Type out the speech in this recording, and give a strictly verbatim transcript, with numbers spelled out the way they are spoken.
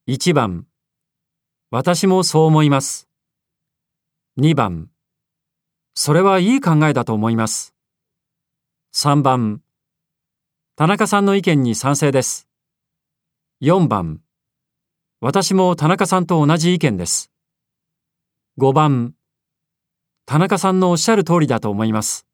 いちばん、私もそう思います。にばん、それはいい考えだと思います。さんばん、田中さんの意見に賛成です。よんばん、私も田中さんと同じ意見です。ごばん、田中さんのおっしゃる通りだと思います。